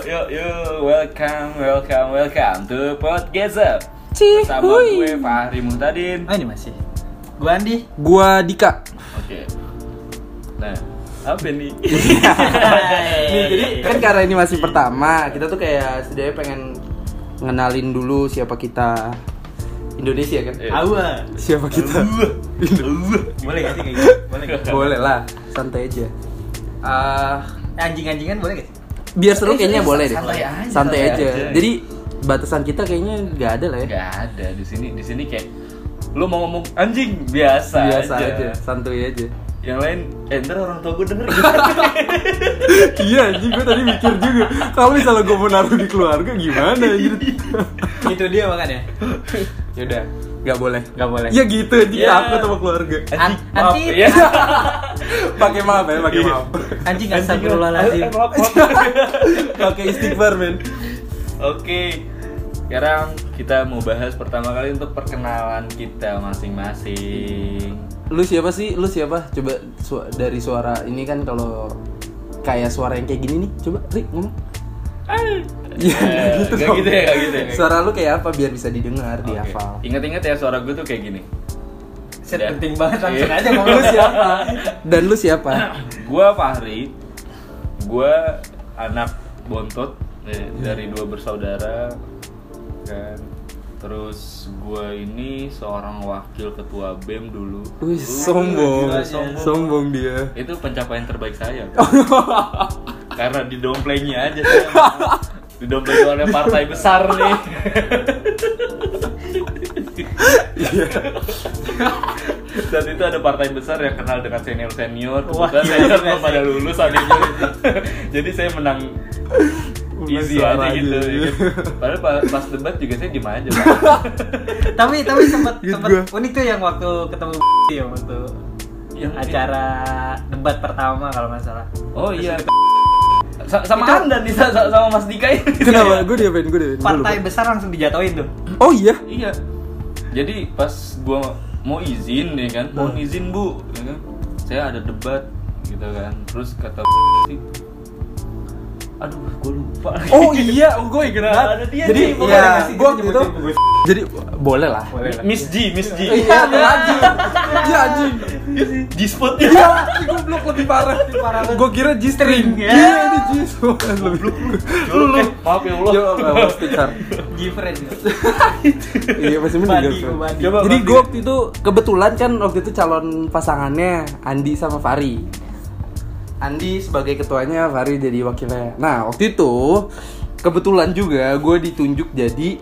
Welcome to Podcast bersama gue Fahri Muhtadin. Oh ini masih. Gue Andi. Gua Dika. Oke. Nah, apa nih? Nih, jadi kan karena ini masih pertama, kita tuh kayak setidaknya pengen ngenalin dulu siapa kita. Indonesia kan? Awa. Siapa kita? Boleh gak sih kayak gitu? Boleh gak? Boleh lah, santai aja. Anjing-anjingan boleh gak sih? Biar seru kayaknya boleh deh. santai Santai aja. aja. Jadi batasan kita kayaknya nggak ada lah ya. Gak ada di sini kayak lu mau ngomong anjing biasa aja, santuy aja. Yang lain, ntar orang tua gue denger Iya anjing, gue tadi mikir juga. Kalau misalnya gue mau naruh di keluarga gimana anjir? Itu dia makanya. Yaudah, nggak boleh. Gak boleh. Ya gitu anjing, Ya. takut sama keluarga. Anjing, maaf Anjing. ya. Pakai maaf ya, pakai maaf. Anjing astagfirullahaladzim. Maaf. Pakai istighfar men. Oke, sekarang kita mau bahas pertama kali untuk perkenalan kita masing-masing. Lu siapa sih? Lu siapa? Coba dari suara ini kan kalau kayak suara yang kayak gini nih, coba Rik ngomong. Gak gitu ya. Suara lu kayak apa biar bisa didengar, Oke. dihafal. Ingat-ingat ya suara gue tuh kayak gini. Set Ya. penting banget langsung Iya. aja ngomong. Lu siapa? Dan lu siapa? Gua Fahri. Gua anak bontot dari dua bersaudara kan. Terus gua ini seorang wakil ketua BEM dulu. Wih, sombong. sombong. Sombong dia. Itu pencapaian terbaik saya. Karena didomplengnya aja saya. Didompleng oleh partai besar nih. Saat itu ada partai besar yang kenal dengan senior-senior. Wah, Kebetulan iya, senior iya, belum pada lulus adanya. Jadi saya menang easy aja suara gitu. aja. Ya. Padahal pas debat juga saya diem aja. Pak. Tapi sempat Gitu gua. unik tuh yang waktu ketemu ya waktu Yang acara debat pertama kalau nggak salah. Oh iya. Sama Anda nih sama Mas Dika ini. Kenapa? Gue diapain? Gua Partai lupa. besar langsung dijatuhin tuh. Oh iya. Iya. Jadi pas gua mau izin nih kan, mohon izin Bu, ya kan? Saya ada debat gitu kan. Terus kata sih, aduh, gue lupa. Oh iya, gue ingat. Ada dia Jadi nih, pokoknya ya, ngasih gue gitu, gitu. nyebutin. Jadi boleh lah. Miss G. Iya, anjing. Iya anjing. G-spot Iya, anjing goblok lebih parah. Gue kira G-string. Ya. Iya, ini G-spot. Lu maaf ya Allah. Yo, apa stiker. Gifren. Iya, masih mending. Bandi. Coba, Jadi Bandi. gue waktu itu kebetulan kan waktu itu calon pasangannya Andi sama Fahri. Andi sebagai ketuanya, Fahri jadi wakilnya. Nah, waktu itu kebetulan juga gue ditunjuk jadi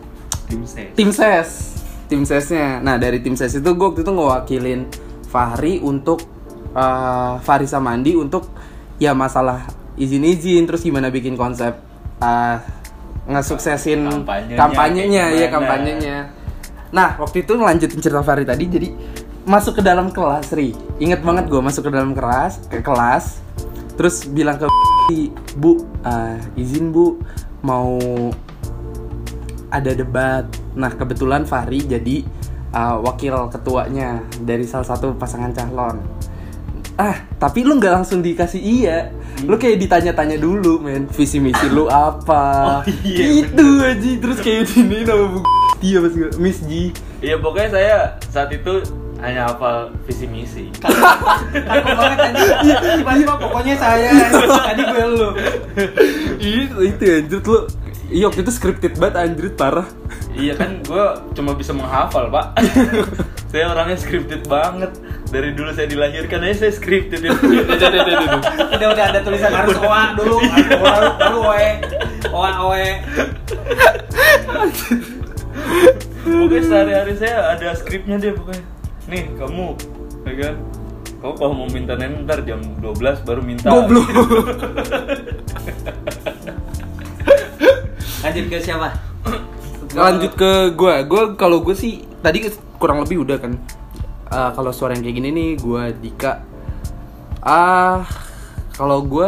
tim sesnya. Nah, dari tim ses itu gue waktu itu ngewakilin Fahri untuk Fahri sama Andi untuk ya masalah izin terus gimana bikin konsep ngesuksesin Kampanyenya, kampanyenya. Nah, waktu itu ngelanjutin cerita Fahri tadi, jadi masuk ke dalam kelas, Ri. Ingat banget gue masuk ke dalam kelas, terus bilang ke Bu, izin Bu, mau ada debat. Nah, kebetulan Fahri jadi wakil ketuanya dari salah satu pasangan calon. Tapi lu nggak langsung dikasih iya. Lu kayak ditanya-tanya dulu, men. Visi misi lu apa? Oh, iya, Gitu aja. Terus kayak gini nama Bu dia pas Miss G. Iya, pokoknya saya saat itu hanya hafal visi misi. Kaku banget anjing. Tiba-tiba pokoknya saya tadi gue lu. Itu anjir lu. Iya, waktu itu scripted banget anjir, parah. Iya kan, gue cuma bisa menghafal, Pak. Saya orangnya scripted banget. Dari dulu saya dilahirkan aja saya scripted. Udah ada tulisan harus oa dulu, baru oe. Pokoknya sehari-hari saya ada skripnya deh pokoknya. Nih, kamu, ya kan? Kamu kalau mau minta ntar jam 12 baru minta. Goblok. Lanjut ke siapa? Lanjut ke gue kalau gue sih tadi kurang lebih udah kan. Kalau suara yang kayak gini nih gue Dika. Kalau gue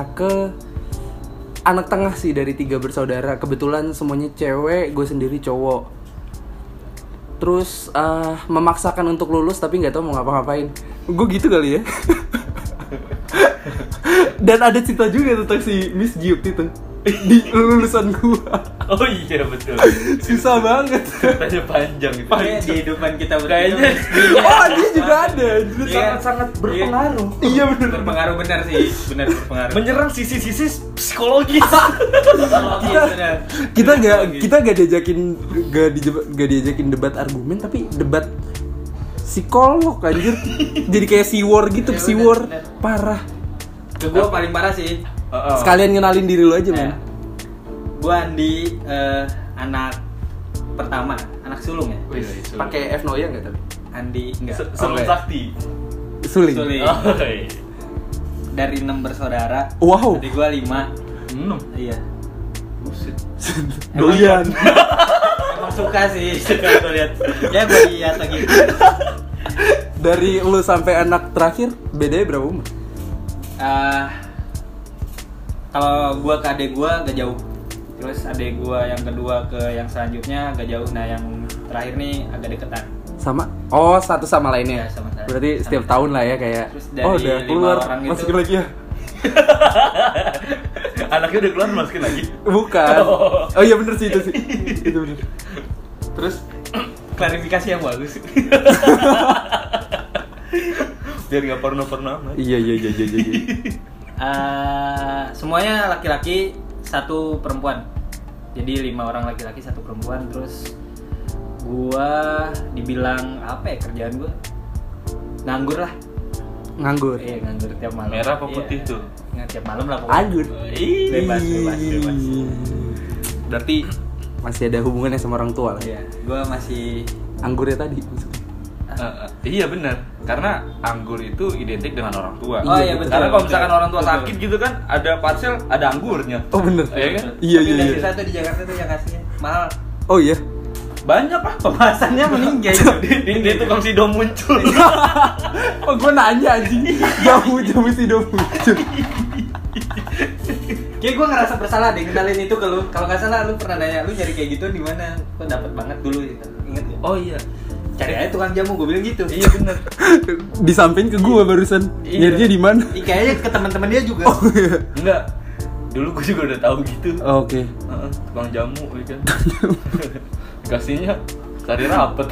anak tengah sih dari 3 bersaudara. Kebetulan semuanya cewek, gue sendiri cowok. Terus memaksakan untuk lulus tapi nggak tahu mau ngapa-ngapain. Gue gitu kali ya. Dan ada cerita juga tentang si Miss Giup itu. di lulusan gua. Oh iya betul. Susah banget. Ceritanya panjang itu. Kayak di kehidupan kita Kayaknya. Oh, dia juga ada. Dia Iya. sangat berpengaruh. Iya benar. Berpengaruh benar sih, benar berpengaruh. Menyerang sisi-sisi psikologis. Kita gak diajakin debat argumen, tapi debat psikolog anjir. Jadi kayak war gitu, Ya, war bener. parah. Ke gua paling parah sih. Sekalian kenalin diri lu aja, men. Gua Andi, anak pertama, anak sulung ya. Pakai F Noya enggak tapi? Andi enggak. Sebelum Oke. sakti. Suling. Suling. Oh, iya. Dari 6 bersaudara. Wow. Dari gua 5. 6. Iya. Buset. Doyan. Emang suka sih, suka gua lihat. Ya gua lihat lagi. Dari lu sampai anak terakhir bedanya berapa umur? Kalau gua ke adek gua gak jauh. Terus adek gua yang kedua ke yang selanjutnya gak jauh. Nah, yang terakhir nih agak deketan. Sama? Oh, satu sama lainnya. Iya, sama saya. Berarti setiap tahun lah ya kayak. Terus dari Oh, udah 5 keluar. orang itu- Masukin lagi ya? Anaknya udah keluar masukin lagi. Bukan. Oh iya bener sih itu sih. Itu bener. Terus klarifikasi yang bagus. Biar gak porno-porno amat. Iya. Semuanya laki-laki, 1 perempuan. Jadi 5 orang laki-laki, 1 perempuan. Terus gua dibilang apa ya kerjaan gua? Nganggur lah. Nganggur. Iya, nganggur tiap malam. Merah apa Iya. putih tuh? Nggak, tiap malam lah pokoknya. Anggur. Bebas. Berarti masih ada hubungannya sama orang tua lah. Iya, gua masih Anggurnya tadi maksudnya. Iya benar, karena anggur itu identik dengan orang tua. Oh iya, betul. Karena kalau misalkan Betul. orang tua Betul. sakit gitu kan, ada parcel, ada anggurnya. Oh bener. Iya kan? Iya. Tapi dari satu di Jakarta tuh yang kasihnya mahal. Oh iya. Banyak lah. Pembahasannya meninggal itu. Ini tukang sido muncul. Oh gue nanya anjing. Jauh sih dong muncul. Kayak gue ngerasa bersalah deh kenalin itu ke lu. Kalau nggak salah lu pernah nanya lu nyari kayak gitu di mana? Kok dapat banget dulu gitu. Ingat gak? Oh iya. Cari aja tukang jamu, gue bilang gitu. Iya benar. Disampaikan ke gue barusan. Iya. Nyarinya di mana? Kayaknya ke teman-teman dia juga. Oh iya. Enggak. Dulu gue juga udah tahu gitu. Oh, oke. Tukang jamu ya kan. Kasihnya sari rapet.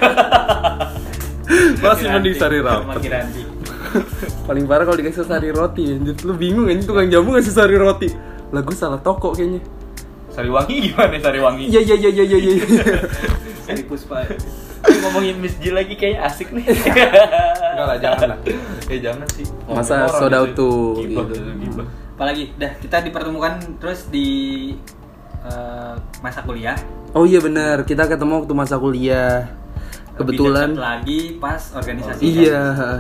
Masih mending sari rapet. Makin ranti. Paling parah kalau dikasih sari roti anjir. Lu bingung anjing tukang jamu ngasih sari roti. Lah gue salah toko kayaknya. Sari wangi gimana sari wangi? Iya. Sari Puspa. Ngomongin Miss J lagi kayak asik nih. Enggak lah, jangan lah. Jangan sih. Masa Orang soda gitu. utuh Gibah, gitu. gibah. Apalagi dah kita dipertemukan terus di masa kuliah. Oh iya benar, kita ketemu waktu masa kuliah. Kebetulan Lebih dekat lagi pas organisasi. iya.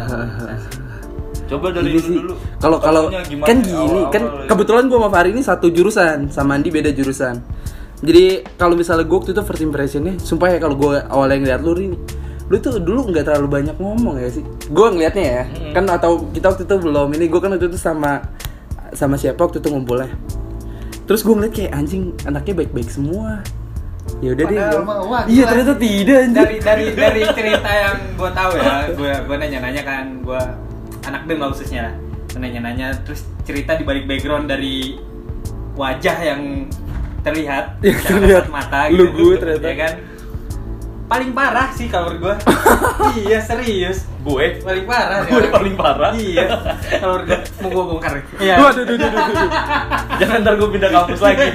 Coba dari Ini sih dulu. kalau Ketemunya gimana kan ya? gini Awal-awal kan ya. kebetulan gue sama Fahri ini satu jurusan, sama Andi beda jurusan. Jadi kalau misalnya gue waktu itu first impressionnya, sumpah ya kalau gue awalnya ngeliat lu ini, lu tuh dulu nggak terlalu banyak ngomong ya sih. Gue ngeliatnya ya, kan atau kita waktu itu belum ini, gue kan waktu itu sama siapa waktu itu ngumpulnya. Terus gue ngeliat kayak anjing anaknya baik-baik semua. Ya udah deh. Padahal mah, wah, Iya gila. ternyata tidak anjing. dari cerita yang gue tahu ya, gue nanya kan, gue anak BEM lah khususnya, gue nanya terus cerita di balik background dari wajah yang terlihat, Yang secara terlihat. kasat mata Lu gitu, gue ternyata. ya kan, paling parah sih kalau menurut gue. Iya serius, Gue paling parah. Gue paling parah? Iya, kalau menurut gue mau gue bongkar. Iya. Waduh. jangan ntar gue pindah kampus lagi.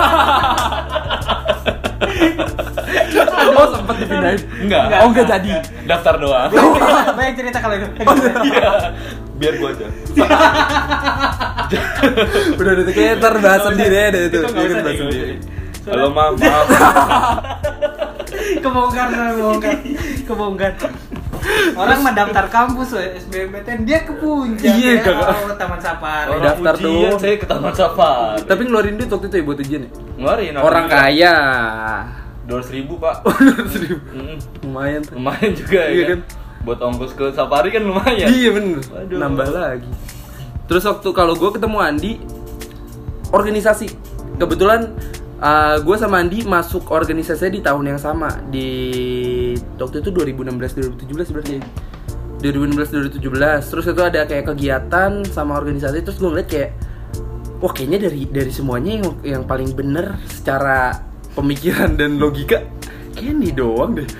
Oh sempat dipindahin. Enggak. Oh enggak jadi. Daftar doang. Banyak cerita kalau itu. Iya. Biar gue aja. Udah kayak ntar bahas sendiri ya deh itu. Itu nggak Iya, usah bahas deh, sendiri. Halo maaf. Kebongkar. Orang mah daftar kampus loh, SBMPTN dia ke puncak. Iya, ya. kakak. Oh, Taman Safari. Orang daftar ujian, tuh. saya ke Taman Safari. Tapi ngeluarin duit waktu itu ya buat ujian ya? Ngeluarin Orang kaya. 200.000 pak. Lumayan tuh. Lumayan juga ya Iya kan? Buat ongkos ke Safari kan lumayan. Iya bener. Waduh. Nambah lagi. Terus waktu kalau gue ketemu Andi, organisasi. Kebetulan gue sama Andi masuk organisasinya di tahun yang sama, di waktu itu 2016-2017 berarti ya. 2016-2017. Terus itu ada kayak kegiatan sama organisasi, terus gue ngeliat kayak wah kayaknya dari semuanya yang paling bener secara pemikiran dan logika Candy doang deh.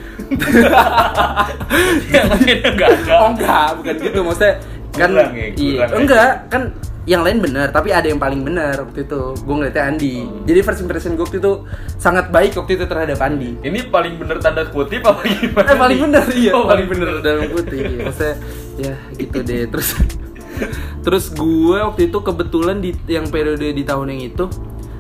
Ya mungkin enggak. Oh enggak, bukan gitu maksudnya kan Kurang ya, iya, kurang enggak kan yang lain benar tapi ada yang paling benar waktu itu gue ngeliatnya Andi. Jadi first impression gue waktu itu sangat baik waktu itu terhadap Andi. Ini paling bener tanda kutip apa gimana? Paling benar iya, Oh, paling benar dalam putih. Iya. Maksudnya ya gitu deh. Terus gue waktu itu kebetulan di yang periode di tahun yang itu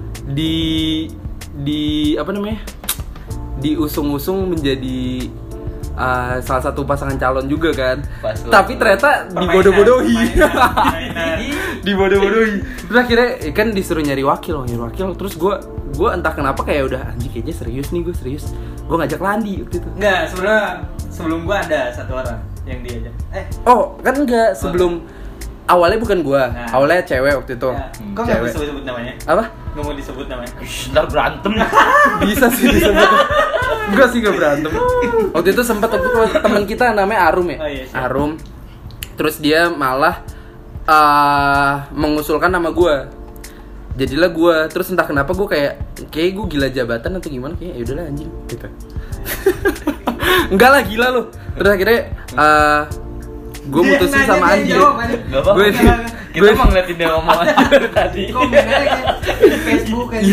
di apa namanya? Diusung-usung menjadi salah satu pasangan calon juga kan. Tapi ternyata dibodoh-bodohi. Dibodoh-bodohi. Terus akhirnya kan disuruh nyari wakil. Terus gue entah kenapa kayak udah anjing kayaknya serius nih, gue serius. Gue ngajak Landi waktu itu. Enggak, sebenarnya sebelum gua ada satu orang yang diajak. Oh, kan enggak sebelum awalnya bukan gua. Nah. Awalnya cewek waktu itu. Ya, kok nggak Cewek. bisa sebut namanya? Apa? Nggak mau disebut namanya. Ntar berantem. Bisa sih disebut. Enggak sih enggak berantem. Waktu itu sempat teman kita namanya Arum ya. Oh, iya, siap. Arum. Terus dia malah mengusulkan nama gua. Jadilah gua. Terus entah kenapa gua kayak gue gila jabatan atau gimana kayak ya udahlah anjing gitu. Enggak lah gila lu. Terus akhirnya gue mutusin sama Andi. Gak apa-apa. Kita gue- emang ngeliatin dia ngomong aja dari tadi. Komennya kayak di Facebook kan.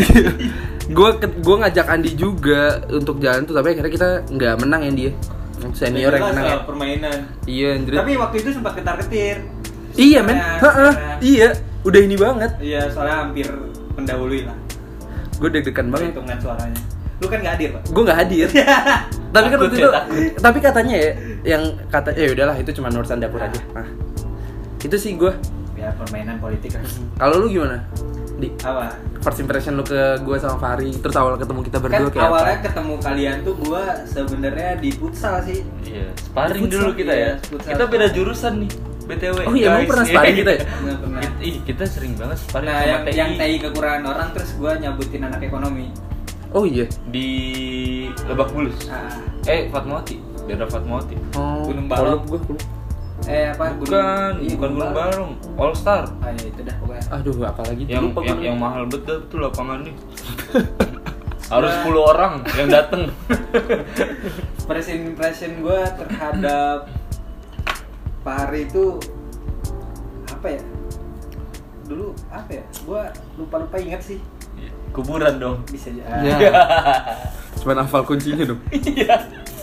Gue ngajak Andi juga untuk jalan tuh tapi akhirnya kita nggak menang ya dia senior yang menang ya. Permainan. Iya anjir. Tapi waktu itu sempat ketar-ketir. Iya men. Soalnya- Iya udah ini banget. Iya, soalnya hampir mendahului lah. Gue deg-degan banget. Hitungan suaranya. Lu kan nggak hadir, Pak. Gue nggak hadir. Tapi kan waktu Takut itu ya, takut. tapi katanya ya yang kata udahlah itu cuma urusan dapur aja. Nah, itu sih gue. Ya permainan politik kan. Kalau lu gimana? Di Apa? first impression lu ke gue sama Fahri terus awal ketemu kita Kan berdua kayak awalnya apa? ketemu kalian tuh gua sebenarnya di futsal sih. Iya, sparring Futsal, dulu kita ya. iya, futsal. Kita beda jurusan nih. BTW. Oh iya, emang guys. pernah sparring kita ya? Nggak pernah. Ih, kita sering banget sparring Nah, sama yang TI kekurangan orang terus gua nyabutin anak ekonomi. Oh iya. di Lebak Bulus. Ah, Fatmawati, daerah Fatmawati. Oh, Gunung Balong. gue apa? Bukan, Iya, bukan Gunung Barong, All Star. Ah ya itu dah pokoknya. Aduh, apalagi Yang lupa gue. yang mahal betul tuh lapangan nih. Harus 10 orang yang dateng. First impression gua terhadap Pak Hari itu apa ya? Dulu apa ya? Gua lupa ingat sih. Kuburan dong. Bisa aja. Ya. Cuman hafal kuncinya dong. Iya.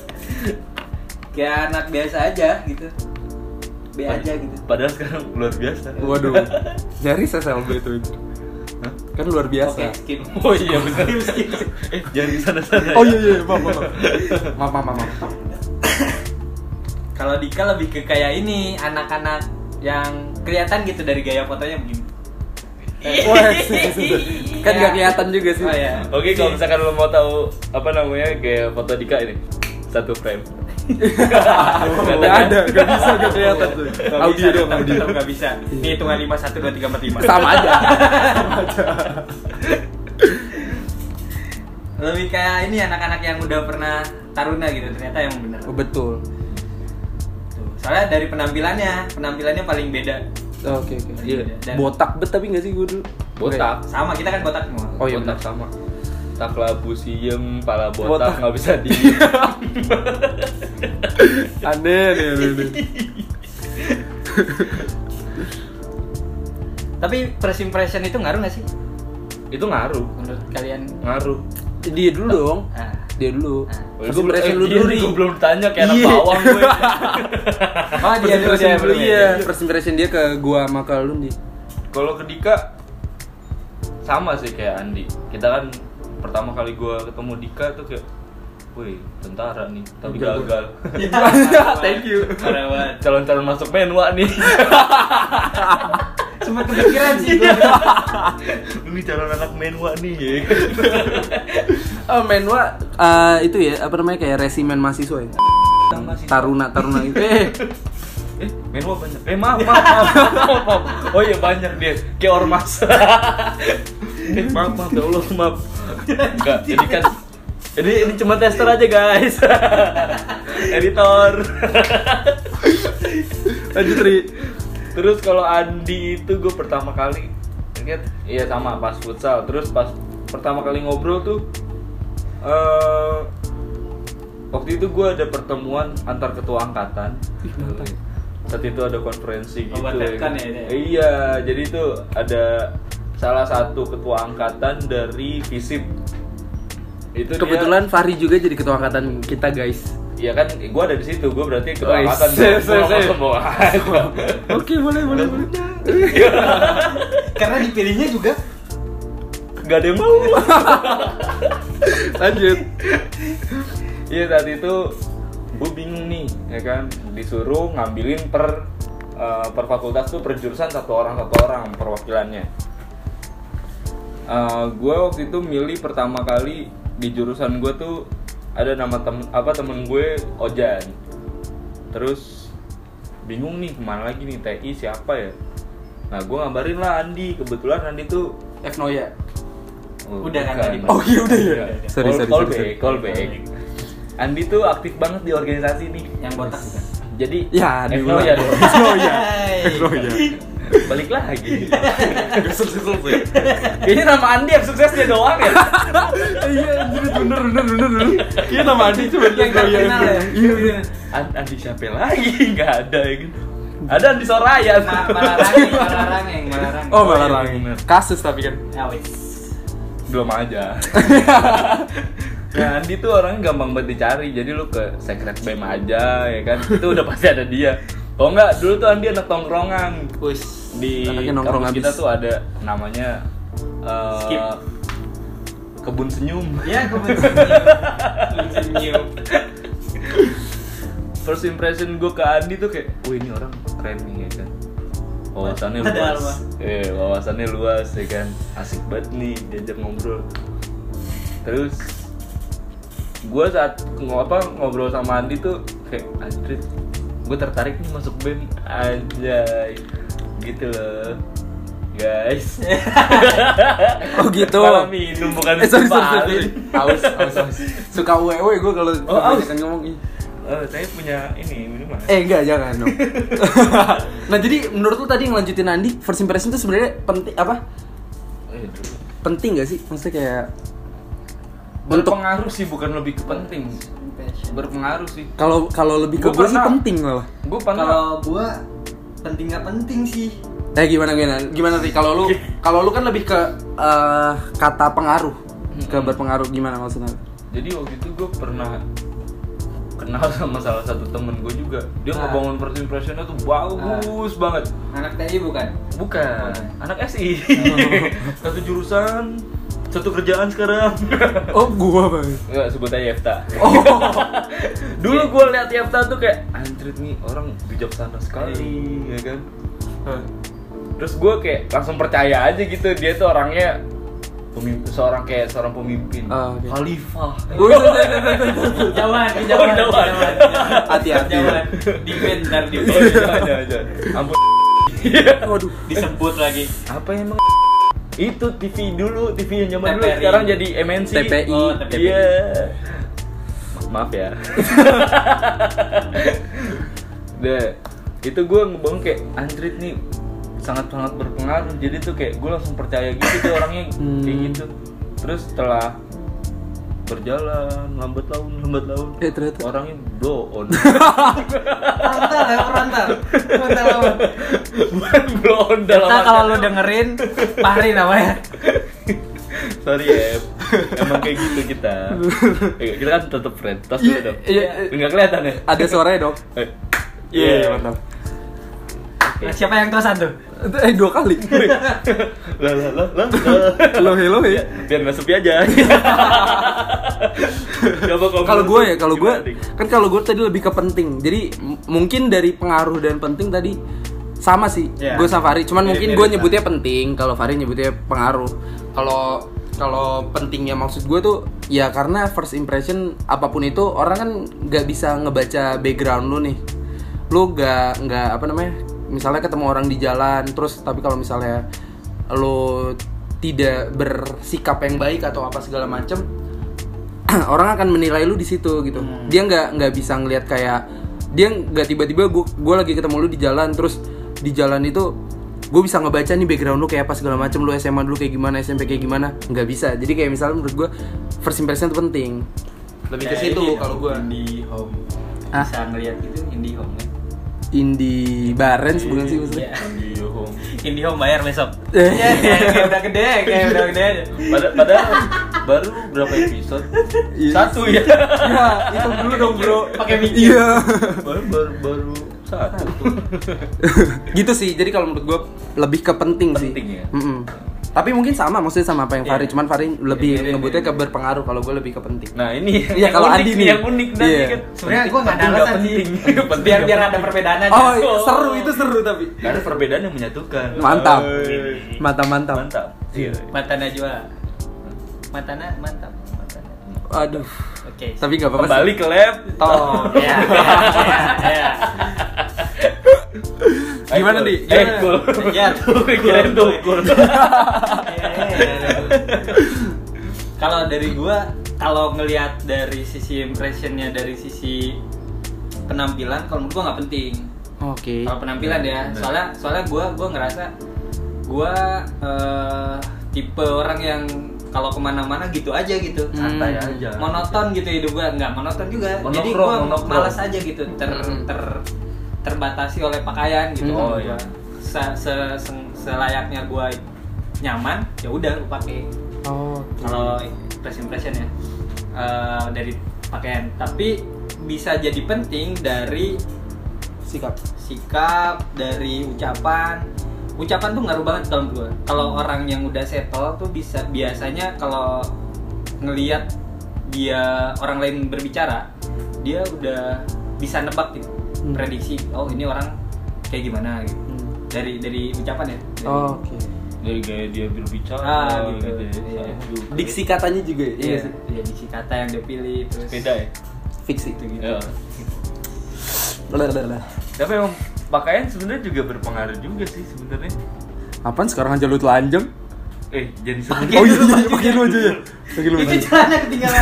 Kayak anak biasa aja gitu. B aja gitu. Padahal sekarang luar biasa. Waduh. Nyaris SLB itu. Hah? Kan luar biasa. Oke, skip. Oh iya benar. Jangan di sana-sana. Oh iya, maaf. Kalau Dika lebih ke kayak ini, anak-anak yang kelihatan gitu dari gaya fotonya begini. Wah, kan gak kelihatan juga sih. Oh iya. Oke, kalau misalkan lo mau tahu apa namanya kayak foto Dika ini, satu frame. Gak ada, gak bisa, gak kelihatan tuh. Nggak Audio bisa, dong, tetap- audio. tetap nggak bisa. Ini hitungan 5 1 2 3 4 5. Sama aja. Lebih kayak ini anak-anak yang udah pernah taruna gitu, ternyata yang bener. Oh, betul. Tuh. Soalnya dari penampilannya paling beda. Oke. Iya. Dan- Botak bet tapi gak sih gue dulu? Botak. Sama, kita kan botak semua. Oh iya, Botak benar. sama. Tak labu siem, pala Botak. botak nggak bisa di. Aneh. Tapi first impression itu ngaruh gak sih? Itu ngaruh, Menurut kalian? ngaruh. Dia dulu dong. Ah. Dia dulu. First Gue impression lu dulu nih. Gue belum tanya kayak anak Iya. bawang gue. Oh, dia dulu dia belum. Iya, first impression dia ke gua sama ke lu nih. Kalau ke Dika sama sih kayak Andi. Kita kan pertama kali gue ketemu Dika tuh kayak, wih tentara nih, tapi Enggak, gagal. Thank you. Parah banget. Calon-calon masuk menwa nih. Cuma kepikiran sih gua. Ini calon anak menwa nih. Oh, menwa itu ya, apa namanya kayak resimen mahasiswa ya? Taruna itu. Menwa banyak. Maaf. Oh iya banyak dia. Kayak ormas. Maaf ya Allah, maaf. Enggak, ini kan ini cuma tester aja guys. Editor. Lanjut Ri. Terus kalau Andi itu gue pertama kali basket, iya sama pas futsal. Terus pas pertama kali ngobrol tuh waktu itu gue ada pertemuan antar ketua angkatan. Saat itu ada konferensi gitu. Iya, jadi itu ada salah satu ketua angkatan dari FISIP. Itu Kebetulan Fahri juga jadi ketua angkatan kita, guys. Iya kan, gue ada di situ, gue berarti ketua angkatan. Oke, boleh. Karena dipilihnya juga Gak ada yang mau. Lanjut. Iya, saat itu gue bingung nih, ya kan, disuruh ngambilin per fakultas tuh per jurusan satu orang perwakilannya. Gue waktu itu milih pertama kali di jurusan gue tuh ada nama temen gue Ojan. Terus bingung nih kemana lagi nih, TI siapa ya? Nah gue ngabarin lah Andi, kebetulan Andi tuh Fnoya. Udah kan tadi. Oh iya udah ya. Sorry. Call back. Andi tuh aktif banget di organisasi nih. Yang botak bukan? Jadi Ya, Fnoya dong. Fnoya. Balik lagi. Kayaknya nama Andi yang suksesnya doang ya. Iya, bener. Iya nama Andi cuma Yang terkenal ya. Iya. Andi siapa lagi? Nggak ada ya gitu. Ada Andi Soraya. Malarangeng. Oh, Malarangeng. Kasus tapi kan. Ya wis. Belum aja. Nah, Andi tuh orangnya gampang banget dicari. Jadi lu ke secret BEM aja ya kan. Itu udah pasti ada dia. Oh enggak, dulu tuh Andi anak tongkrongan. Di kampus kita tuh ada namanya Skip. Kebun Senyum. Iya, kebun senyum. First impression gue ke Andi tuh kayak, wah ini orang keren nih ya kan. Wawasannya luas. Wawasannya luas ya kan. Asik banget nih diajak ngobrol. Terus gue saat ngobrol sama Andi tuh kayak anjir, gue tertarik nih masuk BEM aja gitu loh guys. Oh gitu. Malah minum bukan sorry. Haus. Suka wewe gue kalau kebanyakan ngomong ini. Saya punya ini minuman. Enggak, jangan dong. Nah, jadi menurut lu tadi ngelanjutin Andi, first impression itu sebenarnya penting apa? Penting gak sih? Maksudnya kayak berpengaruh sih, bukan lebih ke penting. Berpengaruh sih. Kalau lebih ke gue sih penting malah. Kalau gua penting nggak penting sih. Gimana sih kalau lu kan lebih ke kata pengaruh, ke berpengaruh gimana maksudnya? Jadi waktu itu gue pernah kenal sama salah satu temen gue juga. Dia ngebangun first impressionnya tuh bagus banget. Anak TI bukan? Bukan, anak SI. Satu jurusan, satu kerjaan sekarang. Oh, gua bang. Enggak, sebut aja Yefta. Oh. Dulu gue liat Yefta tuh kayak anjir nih orang bijaksana sekali, ya kan. Terus gue kayak langsung percaya aja gitu, dia tuh orangnya seorang pemimpin, khalifah. Jauhan. Hati-hati. Di-ban. Jangan. Ampun. Waduh, Disebut lagi. Apa emang? Itu TV dulu, TV yang zaman dulu TPRI. sekarang jadi MNC. TPI. Oh, TPI. Iya. Maaf ya. Itu gue ngebangun kayak anjrit nih sangat-sangat berpengaruh. Jadi tuh kayak gue langsung percaya gitu tuh orangnya kayak gitu. Terus setelah berjalan lambat laun ternyata orangnya blow on. Frontal lawan. Bukan blow on dalam Kita kalau lu dengerin Fahri namanya. Sorry ya, emang kayak gitu kita. Kita kan tetap friend. Tos dulu dong. Iya. Enggak kelihatan ya? Ada suaranya dong. Iya, mantap. Nah, siapa yang tosan tuh? 2 kali. Lah. Hello ya. Biar nggak sepi aja. Kalau gue kalau gue tadi lebih ke penting. Jadi mungkin dari pengaruh dan penting tadi sama sih. Yeah. Gue sama Fahri. Cuman mungkin Mirip, gue nyebutnya penting, kalau Fahri nyebutnya pengaruh. Kalau pentingnya maksud gue tuh ya karena first impression apapun itu orang kan nggak bisa ngebaca background lu nih. Lu nggak apa namanya? Misalnya ketemu orang di jalan terus tapi kalau misalnya lu tidak bersikap yang baik atau apa segala macem orang akan menilai lu di situ gitu. Dia nggak bisa ngelihat kayak dia nggak tiba-tiba gue lagi ketemu lu di jalan terus di jalan itu gue bisa ngebaca nih background lu kayak apa segala macam, lu SMA dulu kayak gimana, SMP kayak gimana, nggak bisa. Jadi kayak misalnya menurut gue first impression itu penting. Lebih ke situ kalau gue. IndiHome. Ah? Bisa ngeliat gitu IndiHome kan. Indie Barens bukan sih maksudnya? IndiHome. IndiHome bayar besok. Eh. Kayak udah gede, kayak udah gede aja. Padahal baru berapa episode? Iya. 1 ya. Ya, itu dulu dong bro. Pakai mikir. Iya. Baru 1. Gitu sih. Jadi kalau menurut gue lebih ke penting sih. Penting ya? Tapi mungkin sama maksudnya sama apa yang Fahri, Iya. cuman Fahri lebih Iya, ngebutnya ke berpengaruh, kalau gue lebih ke penting. Nah ini Iya, kalau unik Andi nih, nih. yang unik dan Iya. kan. Sebenarnya gue nggak ada Penting, alasan sih. penting. Biar ada perbedaan aja. Oh, iya, seru itu seru tapi. Karena perbedaan yang menyatukan. Mantap. Oi. Mantap. Mantap. Iya. Mata Najwa. Matana mantap. Matana. Aduh. Oke. Tapi nggak apa-apa. Kembali ke laptop. Ya. Gimana, Di? Cool. Ya. Kirain tukur. Kalau dari gua, kalau ngelihat dari sisi impressionnya, dari sisi penampilan, kalau menurut gua nggak penting. Oke. Kalau penampilan ya, soalnya gua ngerasa gua tipe orang yang kalau kemana-mana gitu aja gitu, Santai aja. monoton gitu hidup gua, nggak monoton juga. Jadi Monokrom, gua monokrom. malas aja gitu, terbatasi oleh pakaian gitu. Oh, iya. Selayaknya gua nyaman, ya udah gua pakai. Oh. Kalau first impression ya dari pakaian, tapi bisa jadi penting dari sikap, dari ucapan tuh ngaruh banget kalau gue. Kalau orang yang udah settle tuh biasanya kalau ngelihat dia orang lain berbicara, dia udah bisa nebak gitu, prediksi. Oh ini orang kayak gimana gitu. Dari ucapan ya. Oke. Dari gaya dia berbicara Gitu. ya. Iya. Diksi katanya juga ya? Iya, diksi kata yang dia pilih terus. Beda ya. Fiksi. Gitu. Ya. Tapi emang pakaian sebenarnya juga berpengaruh juga sih sebenarnya. Apaan sekarang aja lu telanjang? Jadi sebut. Oh iya, pakai lu aja ya. Pakai lu aja. Itu celana ketinggalan.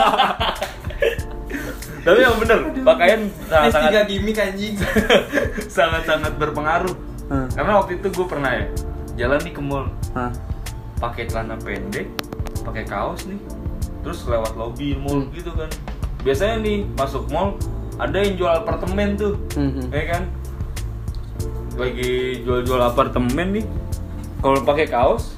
Tapi yang bener, pakaian S3 gimmick anjing. sangat berpengaruh. Karena waktu itu gue pernah ya jalan nih ke mall, pakai celana pendek, pakai kaos nih, terus lewat lobi mall gitu kan. Biasanya nih masuk mall ada yang jual apartemen tuh, ya kan? Lagi jual apartemen nih. Kalau pakai kaos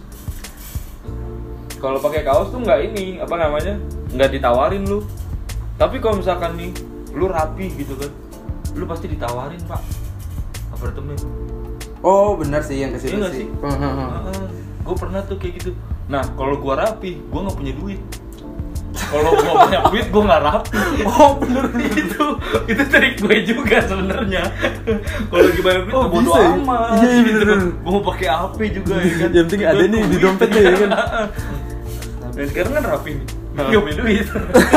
tuh nggak ini apa namanya, nggak ditawarin lu. Tapi kalau misalkan nih lu rapi gitu kan, lu pasti ditawarin pak apartemen. Oh benar sih yang kesitu Iya nggak sih. Gue pernah tuh kayak gitu. Nah kalau gue rapi, gue nggak punya duit. Kalau gue punya duit, gue nggak rapi. Oh bener. itu trik gue juga sebenarnya. Kalau lagi banyak duit, Oh, bodo bisa ya? amat. Iya, iya, gitu. bener. Gue mau pakai HP juga ya kan. Yang penting ada nih di dompetnya ya kan. Dan sekarang kan rapi nih, nggak punya duit.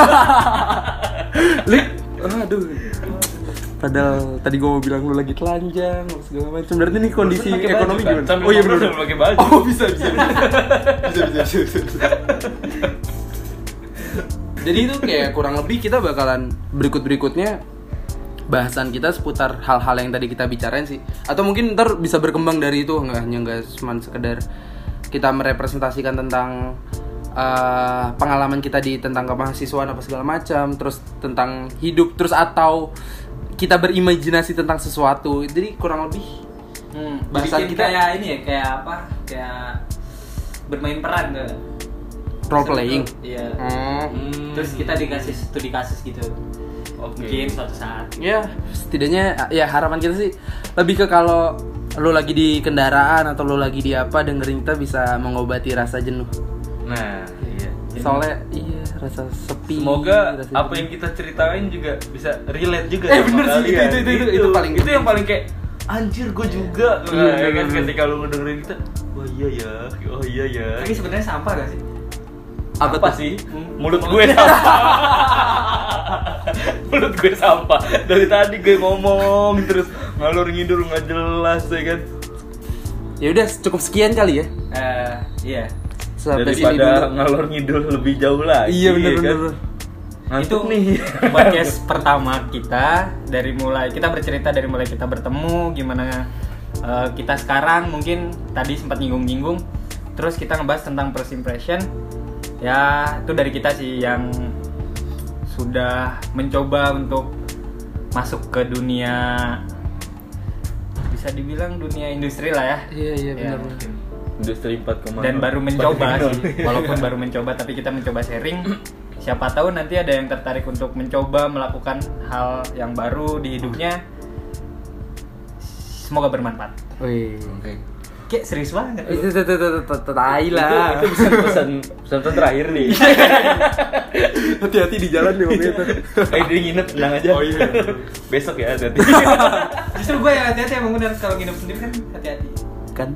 Lik, aduh. Padahal tadi gue mau bilang lu lagi telanjang segala macam. Berarti nih kondisi Pakai baju ekonomi kan? gimana? Sambil Oh iya ngobrol benar. sambil pakai baju. Oh bisa. Jadi itu kayak kurang lebih kita bakalan berikutnya bahasan kita seputar hal-hal yang tadi kita bicarain sih. Atau mungkin ntar bisa berkembang dari itu, nggak cuma sekedar kita merepresentasikan tentang pengalaman kita di tentang kemahasiswaan apa segala macam, terus tentang hidup, terus atau kita berimajinasi tentang sesuatu. Jadi kurang lebih bahasan Bikin kita kayak ini ya, kayak apa? Kayak bermain peran tuh. role playing. Iya. Hmm. Terus kita dikasih studi kasus gitu. Oke. Mungkin suatu saat. Ya, setidaknya ya harapan kita sih lebih ke kalau lo lagi di kendaraan atau lo lagi di apa dengerin kita bisa mengobati rasa jenuh. Nah, iya. Soalnya iya rasa sepi. Semoga rasa apa jenuh. yang kita ceritain juga bisa relate juga bener sih, kalian. itu paling itu yang paling kayak anjir gue juga. Iya, Ya kan bener. ketika lu ngedengerin kita, oh iya ya. Tapi sebenarnya sampah gak sih? Apa Apa tuh? sih? Mulut gue sampah. Mulut gue sampah. Dari tadi gue ngomong terus ngalur ngidul nggak jelas ya kan. Ya udah cukup sekian kali ya. Iya. Sampai sini dulu. Daripada ngalor ngidul lebih jauh lagi. Iya benar ya kan? benar. Ngantuk nih. Podcast pertama kita kita bercerita dari mulai kita bertemu, gimana kita sekarang mungkin tadi sempat nyinggung-nyinggung. Terus kita ngebahas tentang first impression. Ya, itu dari kita sih yang sudah mencoba untuk masuk ke dunia, bisa dibilang dunia industri lah ya. Iya benar. Industri 4.0. Dan baru mencoba sih, walaupun baru mencoba tapi kita mencoba sharing. Siapa tahu nanti ada yang tertarik untuk mencoba melakukan hal yang baru di hidupnya. Semoga bermanfaat. Wih. Oke. Kayak serius banget. Itu tai lah. Itu pesan terakhir nih. Hati-hati di jalan nih waktu itu. Dia nginep, tenang aja. Oh iya. Besok ya hati-hati. Justru gue yang hati-hati emang benar, kalau nginep sendiri kan hati-hati. Kan.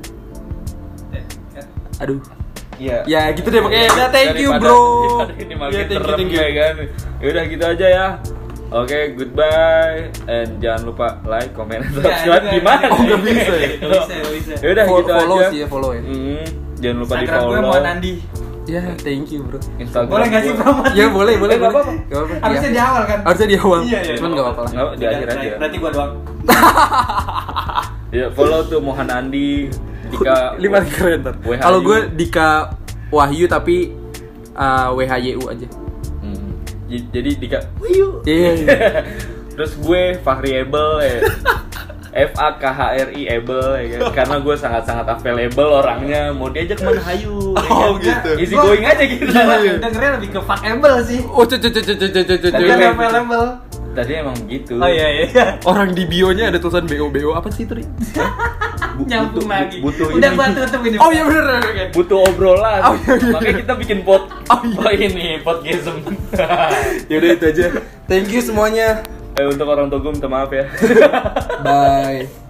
Aduh. Iya. Ya gitu deh pokoknya. Udah thank you Daripada bro. Ini makin Iya, thank serem you. ya kan. Yaudah gitu aja ya. Oke, goodbye. And jangan lupa like, comment, and subscribe. Gimana? Oh, nggak bisa ya? Bisa. Yaudah gitu Follow aja. sih ya, follow ya. Jangan lupa di Instagram gue follow. mau Nandi. Ya, thank you bro. Instagram Boleh nggak sih gua- promote? Ya boleh. nggak apa-apa. Nggak apa-apa. Harusnya Iya. di awal kan? Harusnya di awal. Iya. Cuman nggak apa-apa lah. Nggak, di akhir aja. Berarti gue doang. Ya, follow tuh Mohan Andi, Dika 5 keren ntar. WHU. Kalau gue Dika Wahyu tapi WHYU aja. Jadi Dika Wahyu. Iya. Terus gue Fahri Able FAKHRI able ya kan? Karena gue sangat-sangat available orangnya, mau diajak kemana hayu ya kan? gitu. Easy going aja gitu. Dengernya lebih ke fuckable sih. Oh, Bukan Iya. available. Tadi emang begitu. Oh iya. orang di bio-nya ada tulisan BO apa sih itu? Ri? Nyambung lagi. butuh Udah ini. gua tutup ini. Oh iya bener. Butuh obrolan. Oh, iya. Makanya kita bikin pot. Oh, iya. ini podcasm. Ya udah itu aja. Thank you semuanya. Untuk orang tua gue minta maaf ya. Bye.